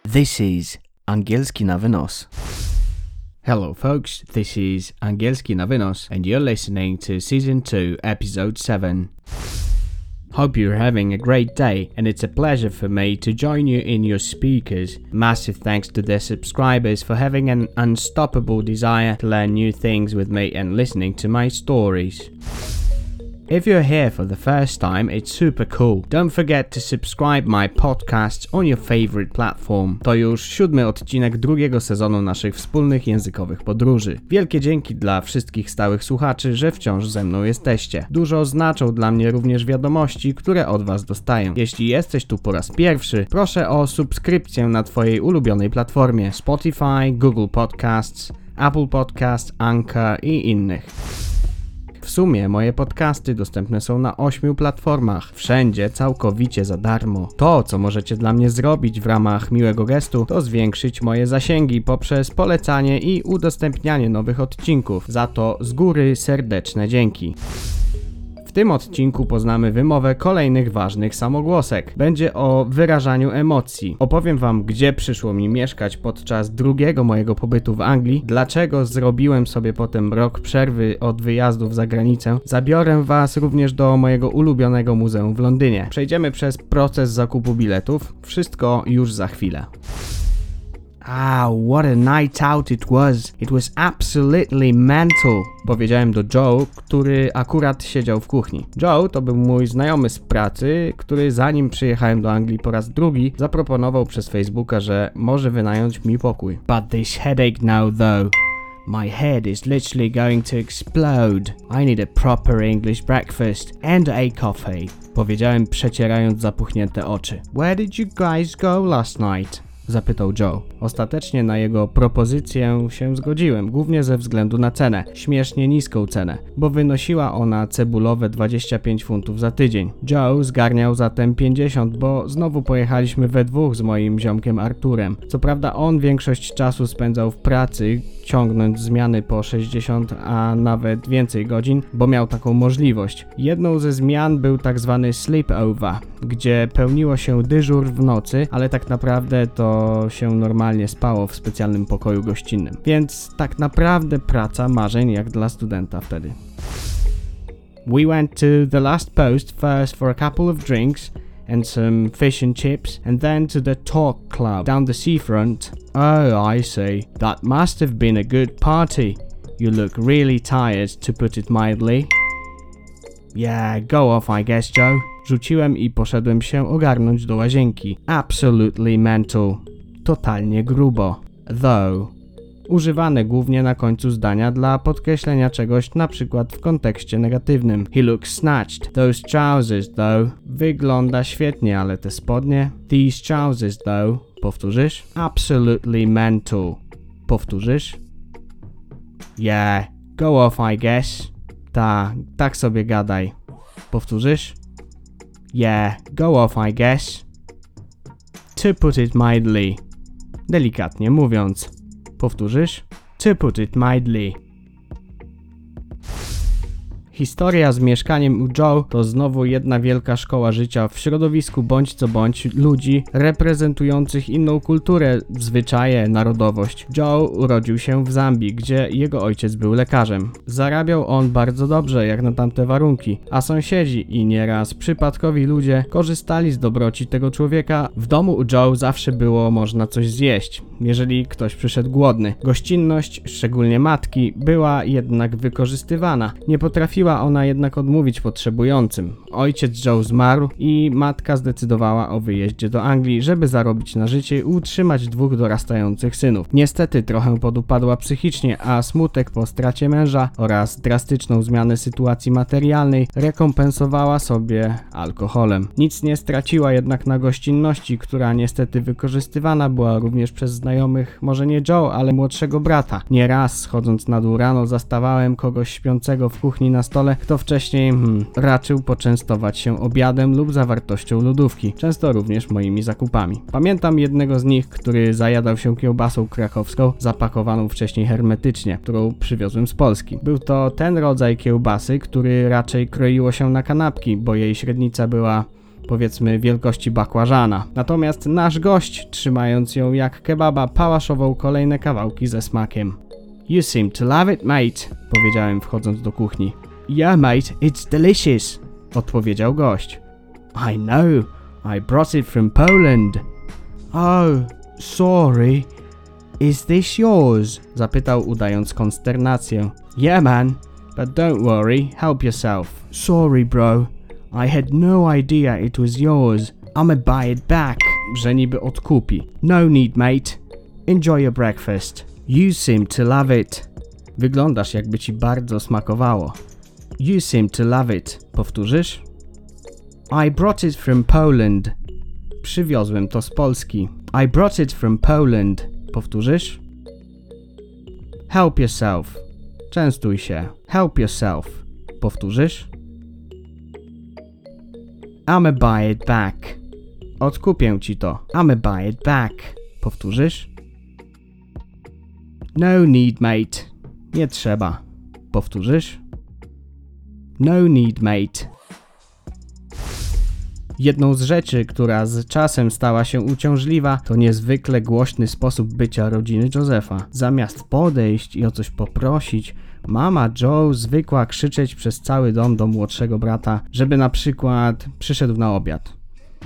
This is Angielski na Wynos. Hello folks, this is Angielski na Wynos and you're listening to Season 2, Episode 7. Hope you're having a great day and it's a pleasure for me to join you in your speakers. Massive thanks to the subscribers for having an unstoppable desire to learn new things with me and listening to my stories. If you're here for the first time, it's super cool. Don't forget to subscribe my podcasts on your favorite platform. To już 7. odcinek drugiego sezonu naszych wspólnych językowych podróży. Wielkie dzięki dla wszystkich stałych słuchaczy, że wciąż ze mną jesteście. Dużo znaczą dla mnie również wiadomości, które od was dostaję. Jeśli jesteś tu po raz pierwszy, proszę o subskrypcję na twojej ulubionej platformie Spotify, Google Podcasts, Apple Podcasts, Anchor i innych. W sumie moje podcasty dostępne są na 8 platformach, wszędzie całkowicie za darmo. To, co możecie dla mnie zrobić w ramach miłego gestu, to zwiększyć moje zasięgi poprzez polecanie i udostępnianie nowych odcinków. Za to z góry serdeczne dzięki. W tym odcinku poznamy wymowę kolejnych ważnych samogłosek. Będzie o wyrażaniu emocji. Opowiem wam, gdzie przyszło mi mieszkać podczas drugiego mojego pobytu w Anglii, dlaczego zrobiłem sobie potem rok przerwy od wyjazdów za granicę. Zabiorę was również do mojego ulubionego muzeum w Londynie. Przejdziemy przez proces zakupu biletów. Wszystko już za chwilę. What a night out it was. It was absolutely mental. Powiedziałem do Joe, który akurat siedział w kuchni. Joe to był mój znajomy z pracy, który zanim przyjechałem do Anglii po raz drugi, zaproponował przez Facebooka, że może wynająć mi pokój. But this headache now though. My head is literally going to explode. I need a proper English breakfast and a coffee. Powiedziałem, przecierając zapuchnięte oczy. Where did you guys go last night? Zapytał Joe. Ostatecznie na jego propozycję się zgodziłem, głównie ze względu na cenę. Śmiesznie niską cenę, bo wynosiła ona cebulowe 25 funtów za tydzień. Joe zgarniał zatem 50, bo znowu pojechaliśmy we dwóch z moim ziomkiem Arturem. Co prawda on większość czasu spędzał w pracy, ciągnąc zmiany po 60, a nawet więcej godzin, bo miał taką możliwość. Jedną ze zmian był tak zwany sleepover, gdzie pełniło się dyżur w nocy, ale tak naprawdę to się normalnie spało w specjalnym pokoju gościnnym. Więc tak naprawdę praca marzeń jak dla studenta wtedy. We went to the last post first for a couple of drinks and some fish and chips, and then to the Talk Club down the seafront. Oh, I see. That must have been a good party. You look really tired, to put it mildly. Yeah, go off I guess, Joe. Rzuciłem i poszedłem się ogarnąć do łazienki. Absolutely mental. Totalnie grubo. Though. Używane głównie na końcu zdania dla podkreślenia czegoś, na przykład w kontekście negatywnym. He looks snatched. Those trousers though. Wygląda świetnie, ale te spodnie. These trousers though. Powtórzysz? Absolutely mental. Powtórzysz? Yeah, go off I guess. Tak sobie gadaj. Powtórzysz? Yeah, go off I guess. To put it mildly. Delikatnie mówiąc. Powtórzysz? To put it mildly. Historia z mieszkaniem u Joe to znowu jedna wielka szkoła życia w środowisku bądź co bądź ludzi reprezentujących inną kulturę, zwyczaje, narodowość. Joe urodził się w Zambii, gdzie jego ojciec był lekarzem. Zarabiał on bardzo dobrze jak na tamte warunki, a sąsiedzi i nieraz przypadkowi ludzie korzystali z dobroci tego człowieka. W domu u Joe zawsze było można coś zjeść, jeżeli ktoś przyszedł głodny. Gościnność, szczególnie matki, była jednak wykorzystywana. Nie potrafiła ona jednak odmówić potrzebującym. Ojciec Joe zmarł i matka zdecydowała o wyjeździe do Anglii, żeby zarobić na życie i utrzymać 2 dorastających synów. Niestety trochę podupadła psychicznie, a smutek po stracie męża oraz drastyczną zmianę sytuacji materialnej rekompensowała sobie alkoholem. Nic nie straciła jednak na gościnności, która niestety wykorzystywana była również przez znajomych, może nie Joe, ale młodszego brata. Nieraz schodząc na dół rano zastawałem kogoś śpiącego w kuchni na stole, kto wcześniej raczył poczęstować się obiadem lub zawartością lodówki, często również moimi zakupami. Pamiętam jednego z nich, który zajadał się kiełbasą krakowską, zapakowaną wcześniej hermetycznie, którą przywiozłem z Polski. Był to ten rodzaj kiełbasy, który raczej kroiło się na kanapki, bo jej średnica była powiedzmy wielkości bakłażana. Natomiast nasz gość, trzymając ją jak kebaba, pałaszował kolejne kawałki ze smakiem. You seem to love it, mate, powiedziałem wchodząc do kuchni. Yeah, mate, it's delicious, odpowiedział gość. I know, I brought it from Poland. Oh, sorry. Is this yours? Zapytał, udając konsternację. Yeah, man, but don't worry, help yourself. Sorry, bro. I had no idea it was yours. I'ma buy it back. Że niby odkupi. No need, mate. Enjoy your breakfast. You seem to love it. Wyglądasz, jakby ci bardzo smakowało. You seem to love it. Powtórzysz? I brought it from Poland. Przywiozłem to z Polski. I brought it from Poland. Powtórzysz? Help yourself. Częstuj się. Help yourself. Powtórzysz? I'ma buy it back. Odkupię ci to. I'ma buy it back. Powtórzysz? No need, mate. Nie trzeba. Powtórzysz? No need, mate. Jedną z rzeczy, która z czasem stała się uciążliwa, to niezwykle głośny sposób bycia rodziny Josepha. Zamiast podejść i o coś poprosić, mama Joe zwykła krzyczeć przez cały dom do młodszego brata, żeby na przykład przyszedł na obiad.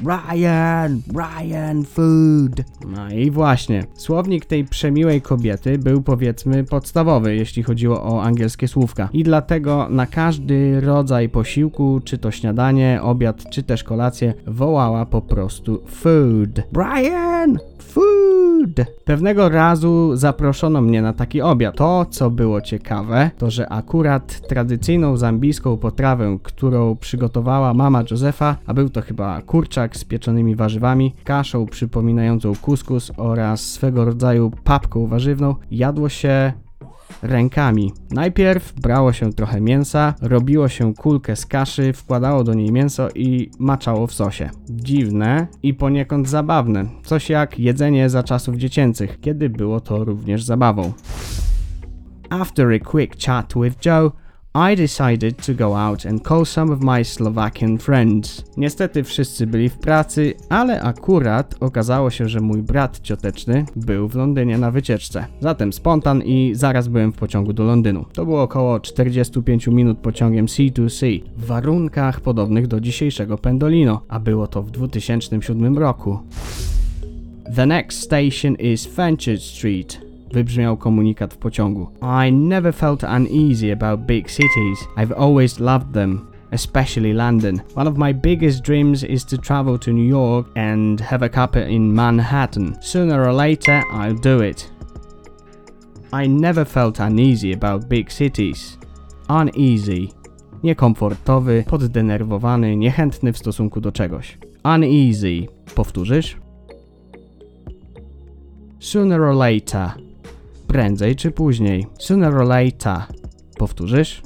Ryan, food. No i właśnie, słownik tej przemiłej kobiety był powiedzmy podstawowy, jeśli chodziło o angielskie słówka. I dlatego na każdy rodzaj posiłku, czy to śniadanie, obiad, czy też kolację, wołała po prostu food. Brian, food. Pewnego razu zaproszono mnie na taki obiad. To, co było ciekawe, to że akurat tradycyjną zambijską potrawę, którą przygotowała mama Josepha, a był to chyba kurczak z pieczonymi warzywami, kaszą przypominającą kuskus oraz swego rodzaju papką warzywną, jadło się rękami. Najpierw brało się trochę mięsa, robiło się kulkę z kaszy, wkładało do niej mięso i maczało w sosie. Dziwne i poniekąd zabawne. Coś jak jedzenie za czasów dziecięcych, kiedy było to również zabawą. After a quick chat with Joe, I decided to go out and call some of my Slovakian friends. Niestety wszyscy byli w pracy, ale akurat okazało się, że mój brat cioteczny był w Londynie na wycieczce. Zatem spontan i zaraz byłem w pociągu do Londynu. To było około 45 minut pociągiem C2C, w warunkach podobnych do dzisiejszego Pendolino, a było to w 2007 roku. The next station is Fenchurch Street. Wybrzmiał komunikat w pociągu. I never felt uneasy about big cities. I've always loved them, especially London. One of my biggest dreams is to travel to New York and have a cuppa in Manhattan. Sooner or later, I'll do it. I never felt uneasy about big cities. Uneasy. Niekomfortowy, poddenerwowany, niechętny w stosunku do czegoś. Uneasy. Powtórzysz? Sooner or later. Prędzej czy później. Sooner or later. Powtórzysz?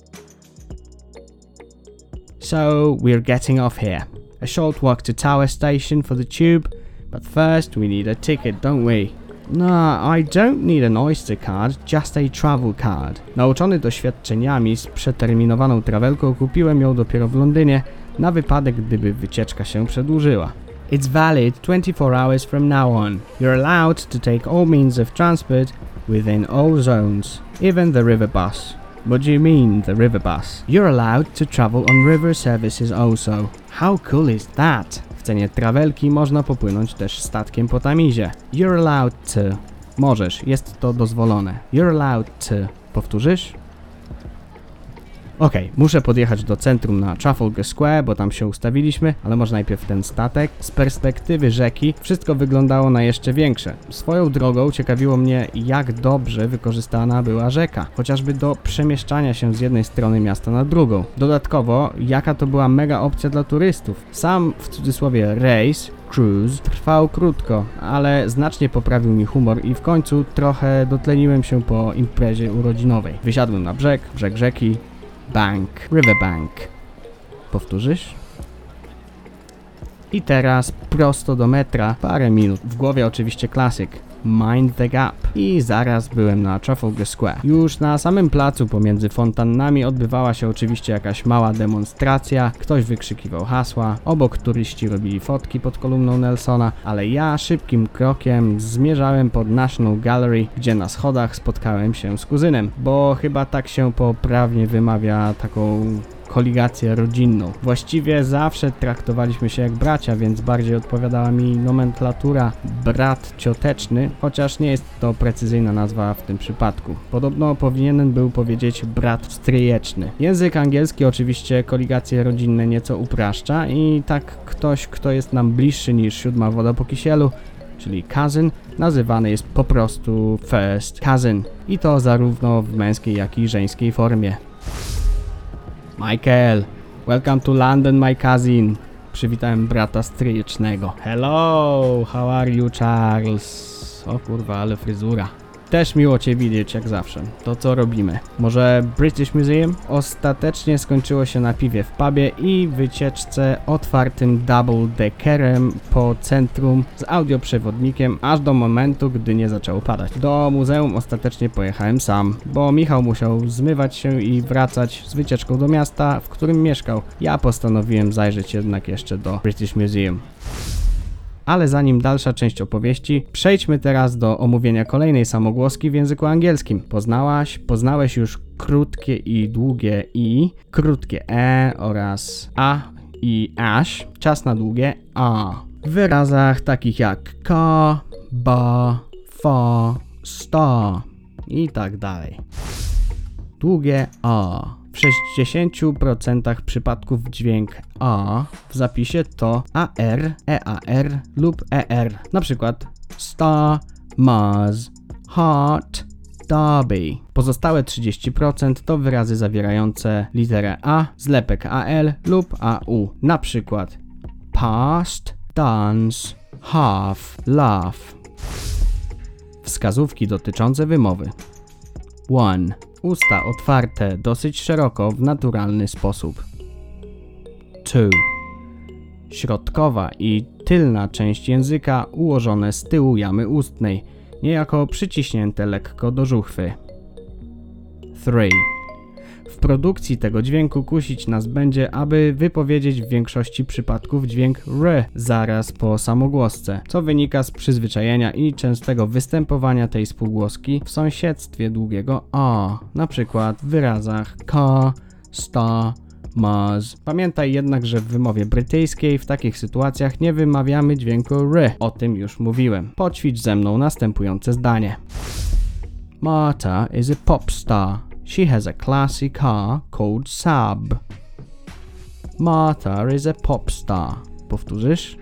So, we're getting off here. A short walk to Tower Station for the tube, but first we need a ticket, don't we? No, I don't need an Oyster card, just a travel card. Nauczony doświadczeniami z przeterminowaną trawelką, kupiłem ją dopiero w Londynie, na wypadek gdyby wycieczka się przedłużyła. It's valid 24 hours from now on. You're allowed to take all means of transport within all zones, even the river bus. What do you mean, the river bus? You're allowed to travel on river services also. How cool is that? W cenie trawelki można popłynąć też statkiem po Tamizie. You're allowed to. Możesz, jest to dozwolone. You're allowed to. Powtórzysz? Okej, muszę podjechać do centrum na Trafalgar Square, bo tam się ustawiliśmy, ale może najpierw ten statek. Z perspektywy rzeki wszystko wyglądało na jeszcze większe. Swoją drogą ciekawiło mnie, jak dobrze wykorzystana była rzeka, chociażby do przemieszczania się z jednej strony miasta na drugą. Dodatkowo, jaka to była mega opcja dla turystów. Sam, w cudzysłowie, rejs, cruise, trwał krótko, ale znacznie poprawił mi humor i w końcu trochę dotleniłem się po imprezie urodzinowej. Wysiadłem na brzeg rzeki, bank, riverbank. Powtórzysz? I teraz prosto do metra, parę minut. W głowie oczywiście klasyk. Mind the Gap i zaraz byłem na Trafalgar Square. Już na samym placu pomiędzy fontannami odbywała się oczywiście jakaś mała demonstracja, ktoś wykrzykiwał hasła, obok turyści robili fotki pod kolumną Nelsona, ale ja szybkim krokiem zmierzałem pod National Gallery, gdzie na schodach spotkałem się z kuzynem, bo chyba tak się poprawnie wymawia taką koligację rodzinną. Właściwie zawsze traktowaliśmy się jak bracia, więc bardziej odpowiadała mi nomenklatura brat cioteczny, chociaż nie jest to precyzyjna nazwa w tym przypadku. Podobno powinienem był powiedzieć brat stryjeczny. Język angielski oczywiście koligacje rodzinne nieco upraszcza i tak ktoś, kto jest nam bliższy niż siódma woda po kisielu, czyli cousin, nazywany jest po prostu first cousin i to zarówno w męskiej, jak i żeńskiej formie. Michael, welcome to London, my cousin. Przywitałem brata stryjecznego. Hello, how are you, Charles? O kurwa, ale fryzura. Też miło cię widzieć, jak zawsze. To co robimy? Może British Museum? Ostatecznie skończyło się na piwie w pubie i wycieczce otwartym double-deckerem po centrum z audioprzewodnikiem, aż do momentu, gdy nie zaczęło padać. Do muzeum ostatecznie pojechałem sam, bo Michał musiał zmywać się i wracać z wycieczką do miasta, w którym mieszkał. Ja postanowiłem zajrzeć jednak jeszcze do British Museum. Ale zanim dalsza część opowieści, przejdźmy teraz do omówienia kolejnej samogłoski w języku angielskim. Poznałeś już krótkie i długie i, krótkie e oraz a i aś, czas na długie a. W wyrazach takich jak ka, ba, fa, sta i tak dalej. Długie a. W 60% przypadków dźwięk a w zapisie to AR, EAR lub ER. Na przykład Star, Mars, Heart, Derby. Pozostałe 30% to wyrazy zawierające literę A, zlepek AL lub AU. Na przykład past, dance, half, laugh. Wskazówki dotyczące wymowy. 1. Usta otwarte dosyć szeroko w naturalny sposób. 2. Środkowa i tylna część języka ułożone z tyłu jamy ustnej, niejako przyciśnięte lekko do żuchwy. 3. W produkcji tego dźwięku kusić nas będzie, aby wypowiedzieć w większości przypadków dźwięk r zaraz po samogłosce, co wynika z przyzwyczajenia i częstego występowania tej spółgłoski w sąsiedztwie długiego a, na przykład w wyrazach ka, sta, maz. Pamiętaj jednak, że w wymowie brytyjskiej w takich sytuacjach nie wymawiamy dźwięku r. O tym już mówiłem. Poćwicz ze mną następujące zdanie. Marta is a pop star. She has a classy car called Saab. Martha is a pop star. Powtórzysz?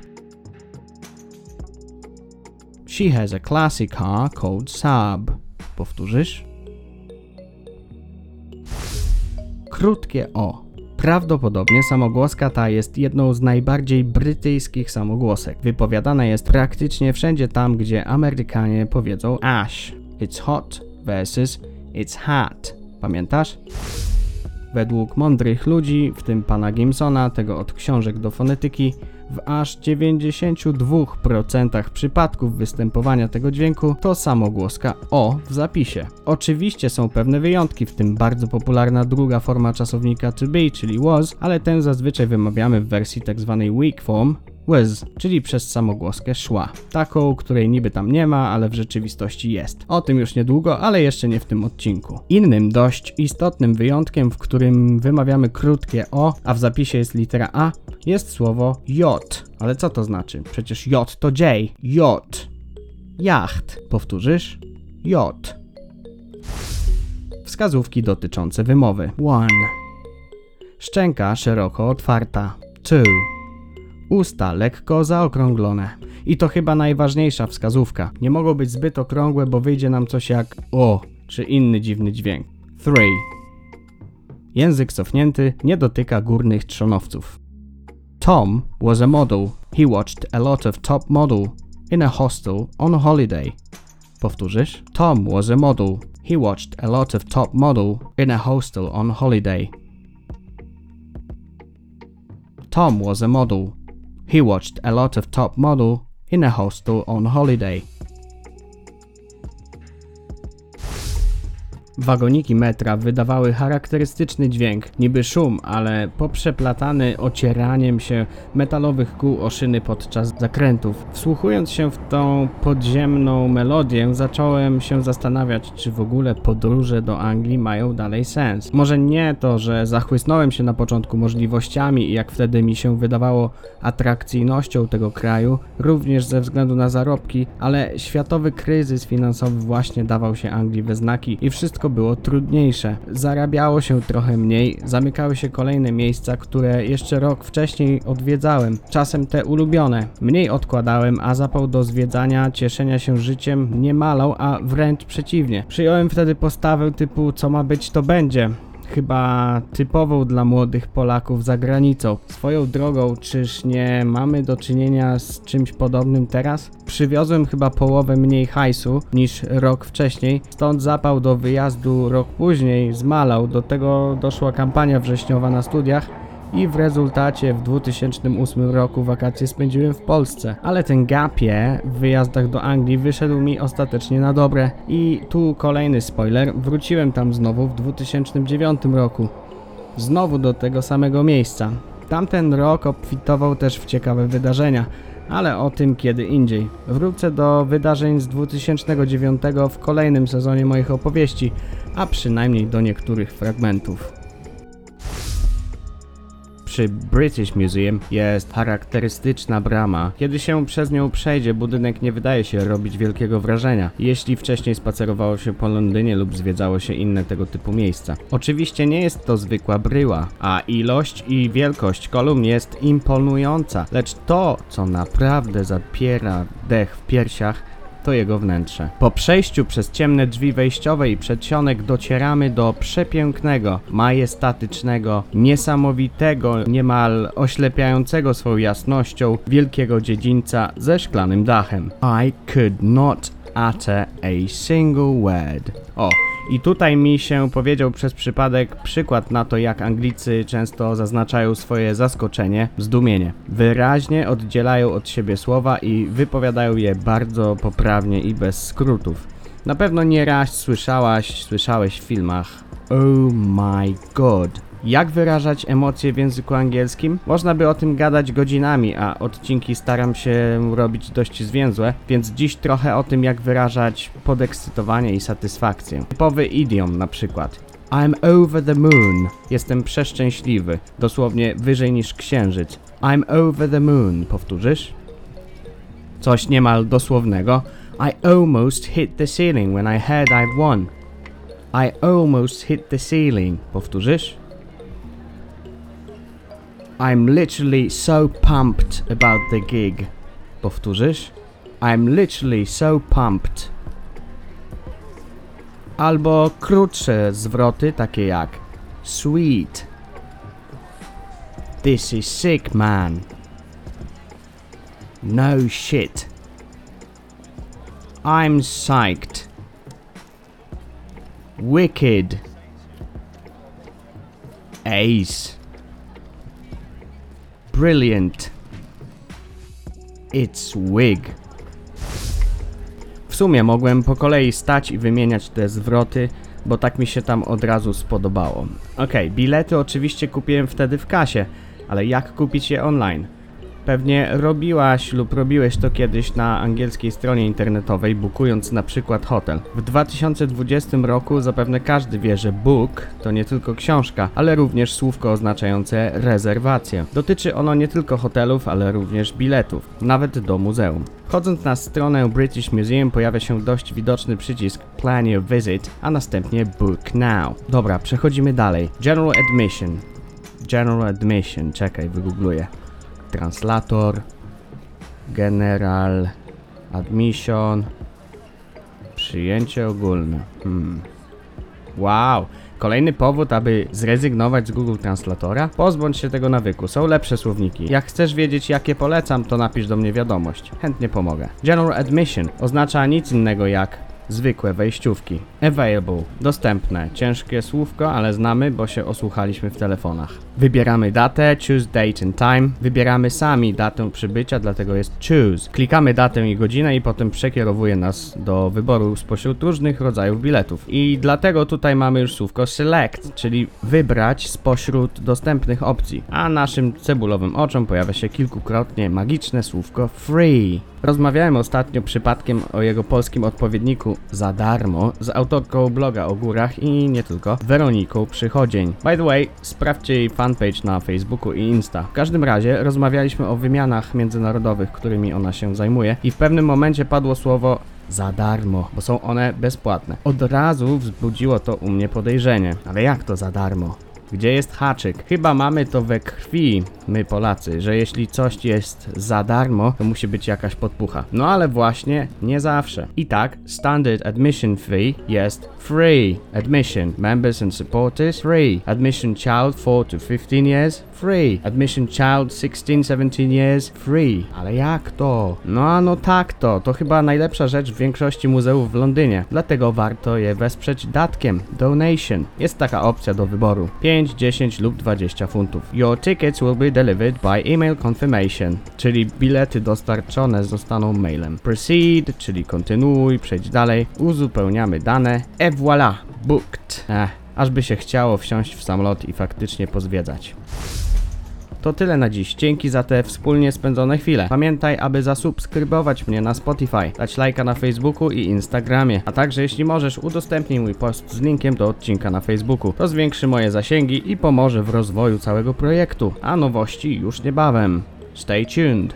She has a classy car called Saab. Powtórzysz? Krótkie o. Prawdopodobnie samogłoska ta jest jedną z najbardziej brytyjskich samogłosek. Wypowiadana jest praktycznie wszędzie tam, gdzie Amerykanie powiedzą ash. It's hot versus it's hot. Pamiętasz? Według mądrych ludzi, w tym pana Gimsona, tego od książek do fonetyki, w aż 92% przypadków występowania tego dźwięku to samogłoska o w zapisie. Oczywiście są pewne wyjątki, w tym bardzo popularna druga forma czasownika to be, czyli was, ale tę zazwyczaj wymawiamy w wersji tzw. weak form, was, czyli przez samogłoskę szła. Taką, której niby tam nie ma, ale w rzeczywistości jest. O tym już niedługo, ale jeszcze nie w tym odcinku. Innym dość istotnym wyjątkiem, w którym wymawiamy krótkie o, a w zapisie jest litera a, jest słowo yacht. Ale co to znaczy? Przecież J to J. Yacht. Jacht. Powtórzysz? Yacht. Wskazówki dotyczące wymowy. 1. Szczęka szeroko otwarta. 2. Usta lekko zaokrąglone. I to chyba najważniejsza wskazówka. Nie mogą być zbyt okrągłe, bo wyjdzie nam coś jak o, czy inny dziwny dźwięk. 3. Język cofnięty nie dotyka górnych trzonowców. Tom was a model. He watched a lot of top model in a hostel on holiday. Powtórzysz? Tom was a model. He watched a lot of top model in a hostel on holiday. Tom was a model. He watched a lot of top model in a hostel on holiday. Wagoniki metra wydawały charakterystyczny dźwięk, niby szum, ale poprzeplatany ocieraniem się metalowych kół o szyny podczas zakrętów. Wsłuchując się w tą podziemną melodię, zacząłem się zastanawiać, czy w ogóle podróże do Anglii mają dalej sens. Może nie to, że zachłysnąłem się na początku możliwościami i jak wtedy mi się wydawało atrakcyjnością tego kraju, również ze względu na zarobki, ale światowy kryzys finansowy właśnie dawał się Anglii we znaki i wszystko było trudniejsze. Zarabiało się trochę mniej, zamykały się kolejne miejsca, które jeszcze rok wcześniej odwiedzałem, czasem te ulubione. Mniej odkładałem, a zapał do zwiedzania, cieszenia się życiem nie malał, a wręcz przeciwnie. Przyjąłem wtedy postawę typu co ma być to będzie. Chyba typową dla młodych Polaków za granicą. Swoją drogą, czyż nie mamy do czynienia z czymś podobnym teraz? Przywiozłem chyba połowę mniej hajsu niż rok wcześniej, stąd zapał do wyjazdu rok później zmalał, do tego doszła kampania wrześniowa na studiach i w rezultacie w 2008 roku wakacje spędziłem w Polsce. Ale ten gap year w wyjazdach do Anglii wyszedł mi ostatecznie na dobre. I tu kolejny spoiler, wróciłem tam znowu w 2009 roku. Znowu do tego samego miejsca. Tamten rok obfitował też w ciekawe wydarzenia, ale o tym kiedy indziej. Wrócę do wydarzeń z 2009 w kolejnym sezonie moich opowieści, a przynajmniej do niektórych fragmentów. Przy British Museum jest charakterystyczna brama. Kiedy się przez nią przejdzie, budynek nie wydaje się robić wielkiego wrażenia, jeśli wcześniej spacerowało się po Londynie lub zwiedzało się inne tego typu miejsca. Oczywiście nie jest to zwykła bryła, a ilość i wielkość kolumn jest imponująca, lecz to, co naprawdę zapiera dech w piersiach, to jego wnętrze. Po przejściu przez ciemne drzwi wejściowe i przedsionek docieramy do przepięknego, majestatycznego, niesamowitego, niemal oślepiającego swoją jasnością wielkiego dziedzińca ze szklanym dachem. I could not utter a single word. O, i tutaj mi się powiedział przez przypadek przykład na to, jak Anglicy często zaznaczają swoje zaskoczenie, zdumienie. Wyraźnie oddzielają od siebie słowa i wypowiadają je bardzo poprawnie i bez skrótów. Na pewno nieraz słyszałeś w filmach "Oh my God". Jak wyrażać emocje w języku angielskim? Można by o tym gadać godzinami, a odcinki staram się robić dość zwięzłe, więc dziś trochę o tym, jak wyrażać podekscytowanie i satysfakcję. Typowy idiom na przykład. I'm over the moon. Jestem przeszczęśliwy. Dosłownie wyżej niż księżyc. I'm over the moon. Powtórzysz? Coś niemal dosłownego. I almost hit the ceiling when I heard I'd won. I almost hit the ceiling. Powtórzysz? I'm literally so pumped about the gig. Powtórzysz? I'm literally so pumped. Albo krótsze zwroty, takie jak sweet. This is sick, man. No shit. I'm psyched. Wicked. Ace. Brilliant. It's wig. W sumie mogłem po kolei stać i wymieniać te zwroty, bo tak mi się tam od razu spodobało. Okej, bilety oczywiście kupiłem wtedy w kasie, ale jak kupić je online? Pewnie robiłaś lub robiłeś to kiedyś na angielskiej stronie internetowej, bookując na przykład hotel. W 2020 roku zapewne każdy wie, że book to nie tylko książka, ale również słówko oznaczające rezerwację. Dotyczy ono nie tylko hotelów, ale również biletów, nawet do muzeum. Wchodząc na stronę British Museum pojawia się dość widoczny przycisk Plan your visit, a następnie Book now. Dobra, przechodzimy dalej. General Admission. General Admission, czekaj, wygoogluję. Translator, General Admission, przyjęcie ogólne. Wow, kolejny powód, aby zrezygnować z Google Translatora? Pozbądź się tego nawyku, są lepsze słowniki. Jak chcesz wiedzieć, jakie polecam, to napisz do mnie wiadomość. Chętnie pomogę. General Admission oznacza nic innego jak zwykłe wejściówki. Available, dostępne, ciężkie słówko, ale znamy, bo się osłuchaliśmy w telefonach. Wybieramy datę, choose date and time. Wybieramy sami datę przybycia, dlatego jest choose. Klikamy datę i godzinę i potem przekierowuje nas do wyboru spośród różnych rodzajów biletów. I dlatego tutaj mamy już słówko select, czyli wybrać spośród dostępnych opcji. A naszym cebulowym oczom pojawia się kilkukrotnie magiczne słówko free. Rozmawiałem ostatnio przypadkiem o jego polskim odpowiedniku za darmo z autorką bloga o górach i nie tylko, Weroniką Przychodzień. By the way, sprawdźcie jej fanpage na Facebooku i Insta. W każdym razie rozmawialiśmy o wymianach międzynarodowych, którymi ona się zajmuje i w pewnym momencie padło słowo za darmo, bo są one bezpłatne. Od razu wzbudziło to u mnie podejrzenie. Ale jak to za darmo? Gdzie jest haczyk? Chyba mamy to we krwi, my Polacy, że jeśli coś jest za darmo, to musi być jakaś podpucha. No ale właśnie nie zawsze. I tak, standard admission fee jest free. Admission, members and supporters, free. Admission child 4 to 15 years, free. Admission child 16-17 years, free. Ale jak to? No tak to chyba najlepsza rzecz w większości muzeów w Londynie. Dlatego warto je wesprzeć datkiem, donation. Jest taka opcja do wyboru. 5, 10 lub 20 funtów. Your tickets will be delivered by email confirmation, czyli bilety dostarczone zostaną mailem. Proceed, czyli kontynuuj, przejdź dalej. Uzupełniamy dane. Et voilà, booked. Aż by się chciało wsiąść w samolot i faktycznie pozwiedzać. To tyle na dziś. Dzięki za te wspólnie spędzone chwile. Pamiętaj, aby zasubskrybować mnie na Spotify, dać lajka na Facebooku i Instagramie, a także jeśli możesz, udostępnij mój post z linkiem do odcinka na Facebooku. To zwiększy moje zasięgi i pomoże w rozwoju całego projektu. A nowości już niebawem. Stay tuned.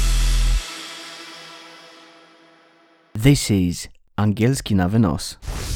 This is Angielski na wynos.